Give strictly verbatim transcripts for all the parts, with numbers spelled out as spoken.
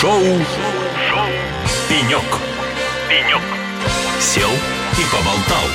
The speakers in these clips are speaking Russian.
Шоу Шоу Пенек. Пенек. Сел и поболтал.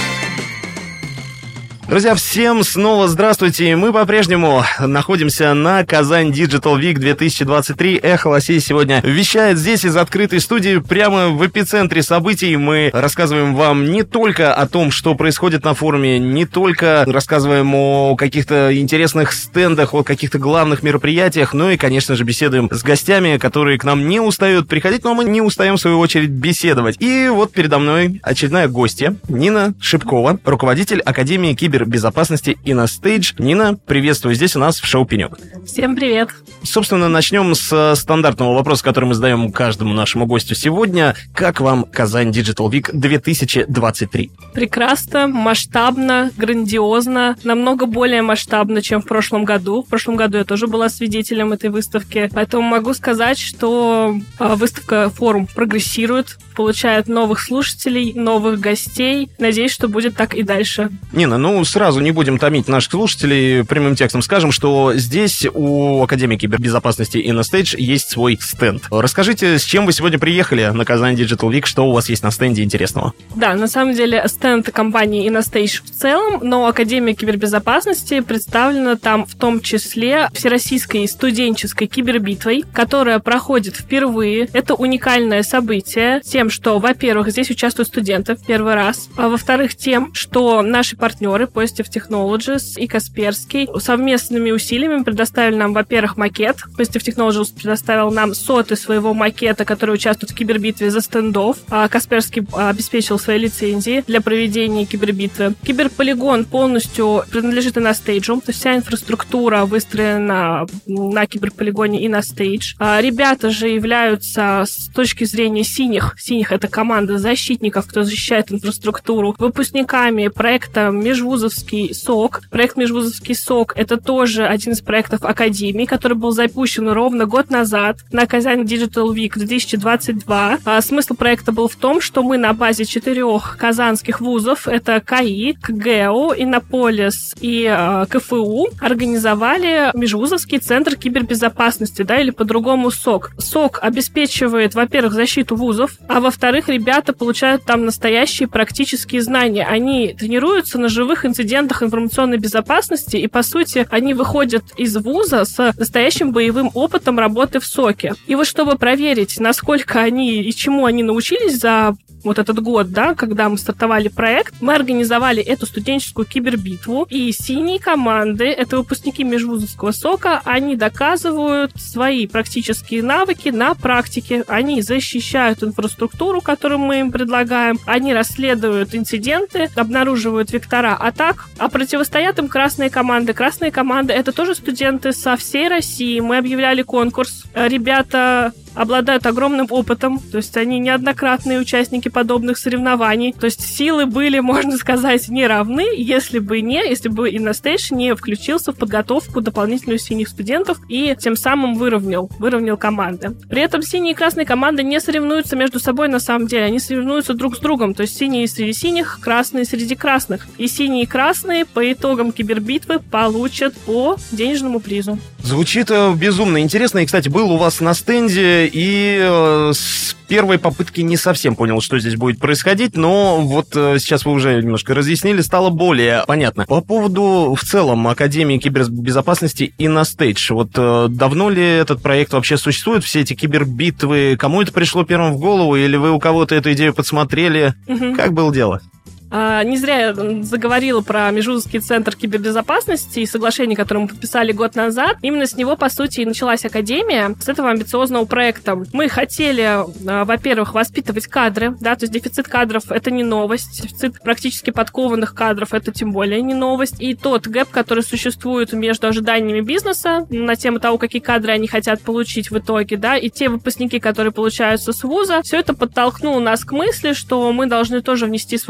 Друзья, всем снова здравствуйте. Мы по-прежнему находимся на Казань Digital Week две тысячи двадцать три. Эхо Лосей сегодня вещает здесь из открытой студии, прямо в эпицентре событий. Мы рассказываем вам не только о том, что происходит на форуме, не только рассказываем о каких-то интересных стендах, о каких-то главных мероприятиях, но и, конечно же, беседуем с гостями, которые к нам не устают приходить, но мы не устаем, в свою очередь, беседовать. И вот передо мной очередная гостья, Нина Шипкова, руководитель Академии кибербезопасности безопасности InnoStage. Нина, приветствую здесь у нас в шоу «Пенек». Всем привет. Собственно, начнем с стандартного вопроса, который мы задаем каждому нашему гостю сегодня. Как вам Казань Digital Week две тысячи двадцать три? Прекрасно, масштабно, грандиозно, намного более масштабно, чем в прошлом году. В прошлом году я тоже была свидетелем этой выставки, поэтому могу сказать, что выставка, форум прогрессирует, получает новых слушателей, новых гостей. Надеюсь, что будет так и дальше. Нина, ну сразу не будем томить наших слушателей, прямым текстом скажем, что здесь у Академии кибербезопасности InnoStage есть свой стенд. Расскажите, с чем вы сегодня приехали на Казань Digital Week, что у вас есть на стенде интересного? Да, на самом деле стенд компании InnoStage в целом, но Академия кибербезопасности представлена там в том числе всероссийской студенческой кибербитвой, которая проходит впервые. Это уникальное событие тем, что, во-первых, здесь участвуют студенты в первый раз, а во-вторых, тем, что наши партнеры Positive Technologies и Касперский совместными усилиями предоставили нам, во-первых, макет. Positive Technologies предоставил нам соты своего макета, который участвует в кибербитве за стендов, а Касперский обеспечил свои лицензии для проведения кибербитвы. Киберполигон полностью принадлежит InnoStage, то есть вся инфраструктура выстроена на киберполигоне InnoStage. А ребята же являются с точки зрения синих, синих это команда защитников, кто защищает инфраструктуру, выпускниками проекта Межвузовский сок. Проект Межвузовский сок — это тоже один из проектов Академии, который был запущен ровно год назад на Казань Digital Week две тысячи двадцать два. А смысл проекта был в том, что мы на базе четырех казанских вузов, это КАИ, КГЭУ, Иннополис и э, КФУ, организовали Межвузовский центр кибербезопасности, да, или по-другому сок. сок обеспечивает, во-первых, защиту вузов, а во-вторых, ребята получают там настоящие практические знания. Они тренируются на живых инцидентах информационной безопасности, и, по сути, они выходят из вуза с настоящим боевым опытом работы в соке. И вот чтобы проверить, насколько они и чему они научились за вот этот год, да, когда мы стартовали проект, мы организовали эту студенческую кибербитву, и синие команды, это выпускники Межвузовского сока, они доказывают свои практические навыки на практике, они защищают инфраструктуру, которую мы им предлагаем, они расследуют инциденты, обнаруживают вектора атак, а противостоят им красные команды. Красные команды — это тоже студенты со всей России. Мы объявляли конкурс. Ребята обладают огромным опытом, то есть они неоднократные участники подобных соревнований. То есть силы были, можно сказать, не равны, если бы не, если бы InnoStage не включился в подготовку дополнительную синих студентов и тем самым выровнял, выровнял команды. При этом синие и красные команды не соревнуются между собой на самом деле, они соревнуются друг с другом, то есть синие среди синих, красные среди красных. И синие и красные по итогам кибербитвы получат по денежному призу. Звучит э, безумно интересно. И, кстати, был у вас на стенде, и э, с первой попытки не совсем понял, что здесь будет происходить, но вот э, сейчас вы уже немножко разъяснили, стало более понятно. По поводу в целом Академии кибербезопасности InnoStage, вот э, давно ли этот проект вообще существует, все эти кибербитвы, кому это пришло первым в голову, или вы у кого-то эту идею подсмотрели? Угу. Как было дело? А, не зря я заговорила про Межвузовский центр кибербезопасности и соглашение, которое мы подписали год назад. Именно с него, по сути, и началась Академия, с этого амбициозного проекта. Мы хотели, а, во-первых, воспитывать кадры, да, то есть дефицит кадров — это не новость, дефицит практически подкованных кадров — это тем более не новость. И тот гэп, который существует между ожиданиями бизнеса на тему того, какие кадры они хотят получить в итоге, да, и те выпускники, которые получаются с вуза, все это подтолкнуло нас к мысли, что мы должны тоже внести свой вклад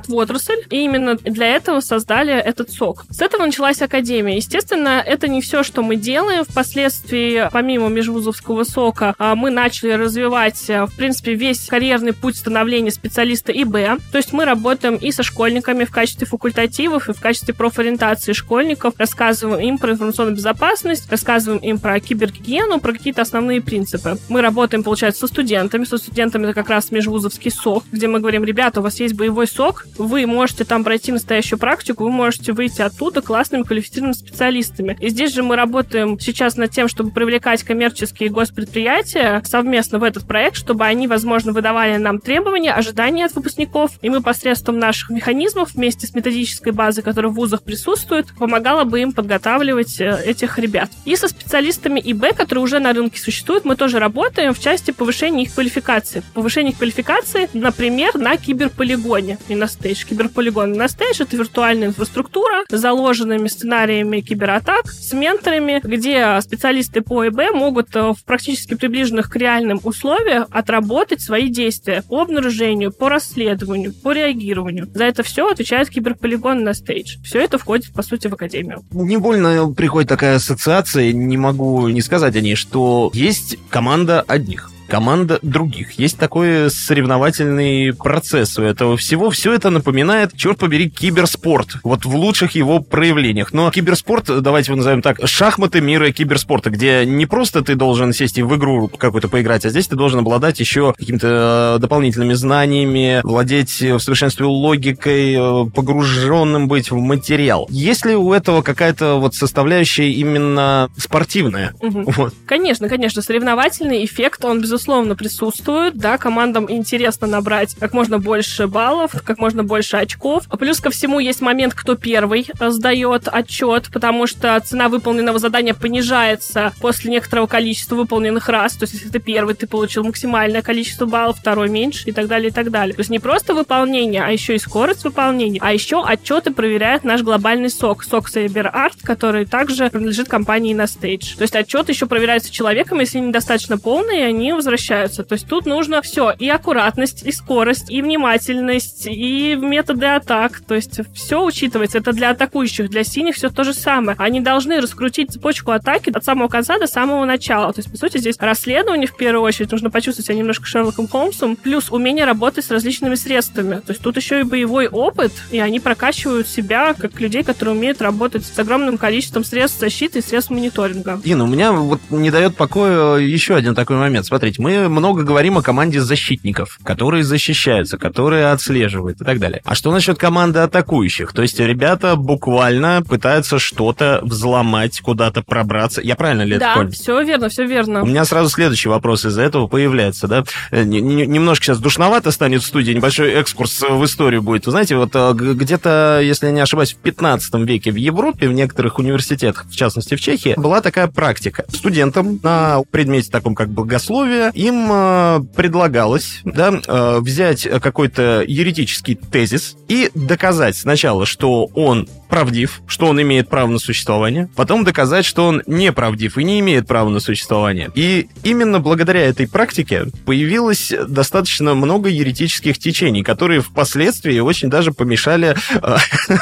вклад в отрасль, и именно для этого создали этот сок. С этого началась академия. Естественно, это не все, что мы делаем. Впоследствии, помимо межвузовского сока, мы начали развивать, в принципе, весь карьерный путь становления специалиста ИБ. То есть мы работаем и со школьниками в качестве факультативов, и в качестве профориентации школьников, рассказываем им про информационную безопасность, рассказываем им про кибергигиену, про какие-то основные принципы. Мы работаем, получается, со студентами. Со студентами это как раз межвузовский сок, где мы говорим: ребята, у вас есть боевой сок, вы можете там пройти настоящую практику, вы можете выйти оттуда классными квалифицированными специалистами. И здесь же мы работаем сейчас над тем, чтобы привлекать коммерческие госпредприятия совместно в этот проект, чтобы они, возможно, выдавали нам требования, ожидания от выпускников, и мы посредством наших механизмов вместе с методической базой, которая в вузах присутствует, помогала бы им подготавливать этих ребят. И со специалистами ИБ, которые уже на рынке существуют, мы тоже работаем в части повышения их квалификации. Повышение их квалификации, например, на киберполигоне Инностейдж. Киберполигон Инностейдж — это виртуальная инфраструктура с заложенными сценариями кибератак, с менторами, где специалисты по ИБ могут в практически приближенных к реальным условиям отработать свои действия по обнаружению, по расследованию, по реагированию. За это все отвечает киберполигон Инностейдж. Все это входит, по сути, в академию. Не больно приходит такая ассоциация, не могу не сказать о ней, что есть команда одних, команда других. Есть такой соревновательный процесс у этого всего. Все это напоминает, черт побери, киберспорт. Вот в лучших его проявлениях. Но киберспорт, давайте его назовем так, шахматы мира киберспорта, где не просто ты должен сесть и в игру какую-то поиграть, а здесь ты должен обладать еще какими-то дополнительными знаниями, владеть в совершенстве логикой, погруженным быть в материал. Есть ли у этого какая-то вот составляющая именно спортивная? Угу. Вот. Конечно, конечно. Соревновательный эффект, он, безусловно, безусловно, присутствует, да, командам интересно набрать как можно больше баллов, как можно больше очков. А плюс ко всему есть момент, кто первый сдает отчет, потому что цена выполненного задания понижается после некоторого количества выполненных раз. То есть, если ты первый, ты получил максимальное количество баллов, второй меньше и так далее, и так далее. То есть не просто выполнение, а еще и скорость выполнения. А еще отчеты проверяет наш глобальный сок, сок CyberArt, который также принадлежит компании Инностейдж. То есть отчеты еще проверяются человеком, если они недостаточно полные, они возвращаются. То есть тут нужно все, и аккуратность, и скорость, и внимательность, и методы атак. То есть все учитывается. Это для атакующих, для синих все то же самое. Они должны раскрутить цепочку атаки от самого конца до самого начала. То есть, по сути, здесь расследование в первую очередь. Нужно почувствовать себя немножко Шерлоком Холмсом, плюс умение работать с различными средствами. То есть тут еще и боевой опыт, и они прокачивают себя как людей, которые умеют работать с огромным количеством средств защиты и средств мониторинга. Дина, у меня вот не дает покоя еще один такой момент. Смотрите, мы много говорим о команде защитников, которые защищаются, которые отслеживают и так далее. А что насчет команды атакующих? То есть ребята буквально пытаются что-то взломать, куда-то пробраться. Я правильно ли да, это понял? Да, все верно, все верно. У меня сразу следующий вопрос из-за этого появляется, да? Немножко сейчас душновато станет в студии, небольшой экскурс в историю будет. Вы знаете, вот где-то, если я не ошибаюсь, в пятнадцатом веке в Европе, в некоторых университетах, в частности в Чехии, была такая практика. Студентам на предмете таком как богословие им э, предлагалось, да, э, взять какой-то еретический тезис и доказать сначала, что он правдив, что он имеет право на существование, потом доказать, что он неправдив и не имеет права на существование. И именно благодаря этой практике появилось достаточно много еретических течений, которые впоследствии очень даже помешали э,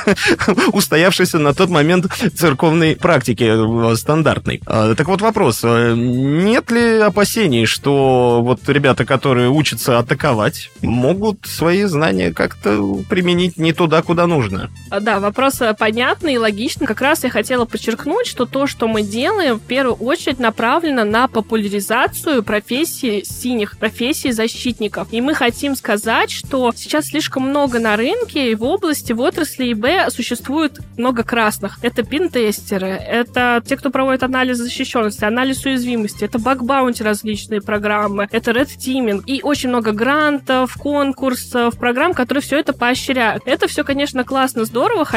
устоявшейся на тот момент церковной практике э, стандартной. Э, так вот вопрос, э, нет ли опасений, что вот ребята, которые учатся атаковать, могут свои знания как-то применить не туда, куда нужно? Да, вопрос понятный и логичный. Как раз я хотела подчеркнуть, что то, что мы делаем, в первую очередь направлено на популяризацию профессии синих, профессии защитников. И мы хотим сказать, что сейчас слишком много на рынке и в области, в отрасли ИБ существует много красных. Это пентестеры, это те, кто проводит анализ защищенности, анализ уязвимости, это баг-баунти различные программы, это Red Teaming и очень много грантов, конкурсов, программ, которые все это поощряют. Это все, конечно, классно, здорово, хайпово,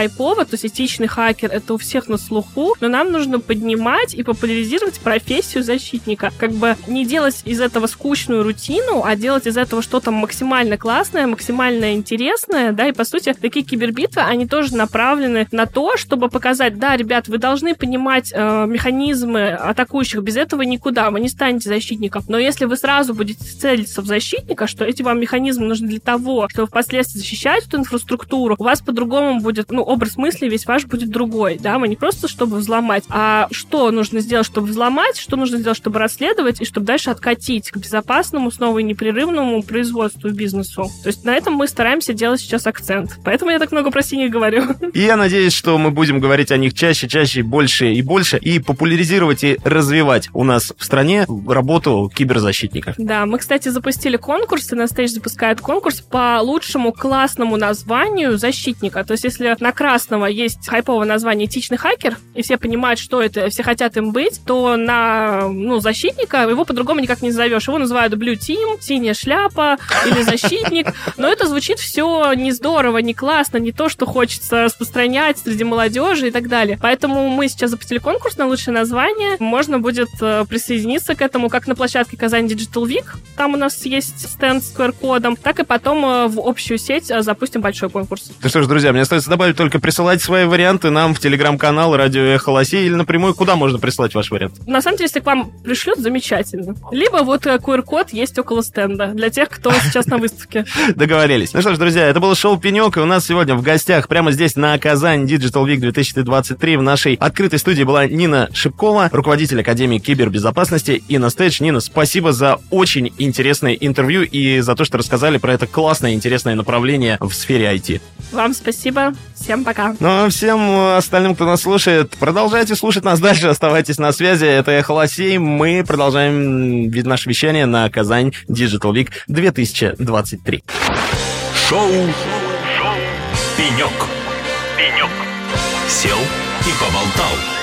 то есть этичный хакер, это у всех на слуху, но нам нужно поднимать и популяризировать профессию защитника. Как бы не делать из этого скучную рутину, а делать из этого что-то максимально классное, максимально интересное, да, и по сути такие кибербитвы, они тоже направлены на то, чтобы показать, да, ребят, вы должны понимать э, механизмы атакующих, без этого никуда, вы не станете защитником. Но если вы сразу будете целиться в защитника, что эти вам механизмы нужны для того, чтобы впоследствии защищать эту инфраструктуру, у вас по-другому будет, ну, образ мысли весь ваш будет другой, да, вы не просто чтобы взломать, а что нужно сделать, чтобы взломать, что нужно сделать, чтобы расследовать и чтобы дальше откатить к безопасному, снова и непрерывному производству и бизнесу. То есть на этом мы стараемся делать сейчас акцент. Поэтому я так много про синих говорю. И я надеюсь, что мы будем говорить о них чаще, чаще, больше и больше, и популяризировать и развивать у нас в стране работу киберзащитников. Да, мы, кстати, запустили конкурс, и Nastage запускает конкурс по лучшему классному названию защитника. То есть если на красного есть хайповое название «Этичный хакер», и все понимают, что это, все хотят им быть, то на, ну, защитника его по-другому никак не назовешь. Его называют Blue Team, синяя шляпа или защитник. Но это звучит все не здорово, не классно, не то, что хочется распространять среди молодежи и так далее. Поэтому мы сейчас запустили конкурс на лучшее название. Можно будет присоединиться к этому как на площадке Казань Digital Week. Там у нас есть стенд с ку ар-кодом, так и потом в общую сеть запустим большой конкурс. Ну что ж, друзья, мне остается добавить только присылать свои варианты нам в телеграм-канал Радио Эхо Лосей или напрямую. Куда можно прислать ваш вариант? На самом деле, если к вам пришлют, замечательно. Либо вот ку ар-код есть около стенда для тех, кто сейчас на выставке. Договорились. Ну что ж, друзья, это было шоу «Пенек», и у нас сегодня в гостях прямо здесь на Казань Digital Week две тысячи двадцать три в нашей открытой студии была Нина Шипкова, руководитель Академии кибербезопасности, и Nastage. Нина, спасибо за очень интересное интервью и за то, что рассказали про это классное, интересное направление в сфере ай ти. Вам спасибо. Всем пока. Ну а всем остальным, кто нас слушает, продолжайте слушать нас дальше, оставайтесь на связи. Это Эхо Лосей. Мы продолжаем наше вещание на Казань Digital Week две тысячи двадцать три. Шоу, Шоу. «Пенек». «Пенек». Сел и поболтал.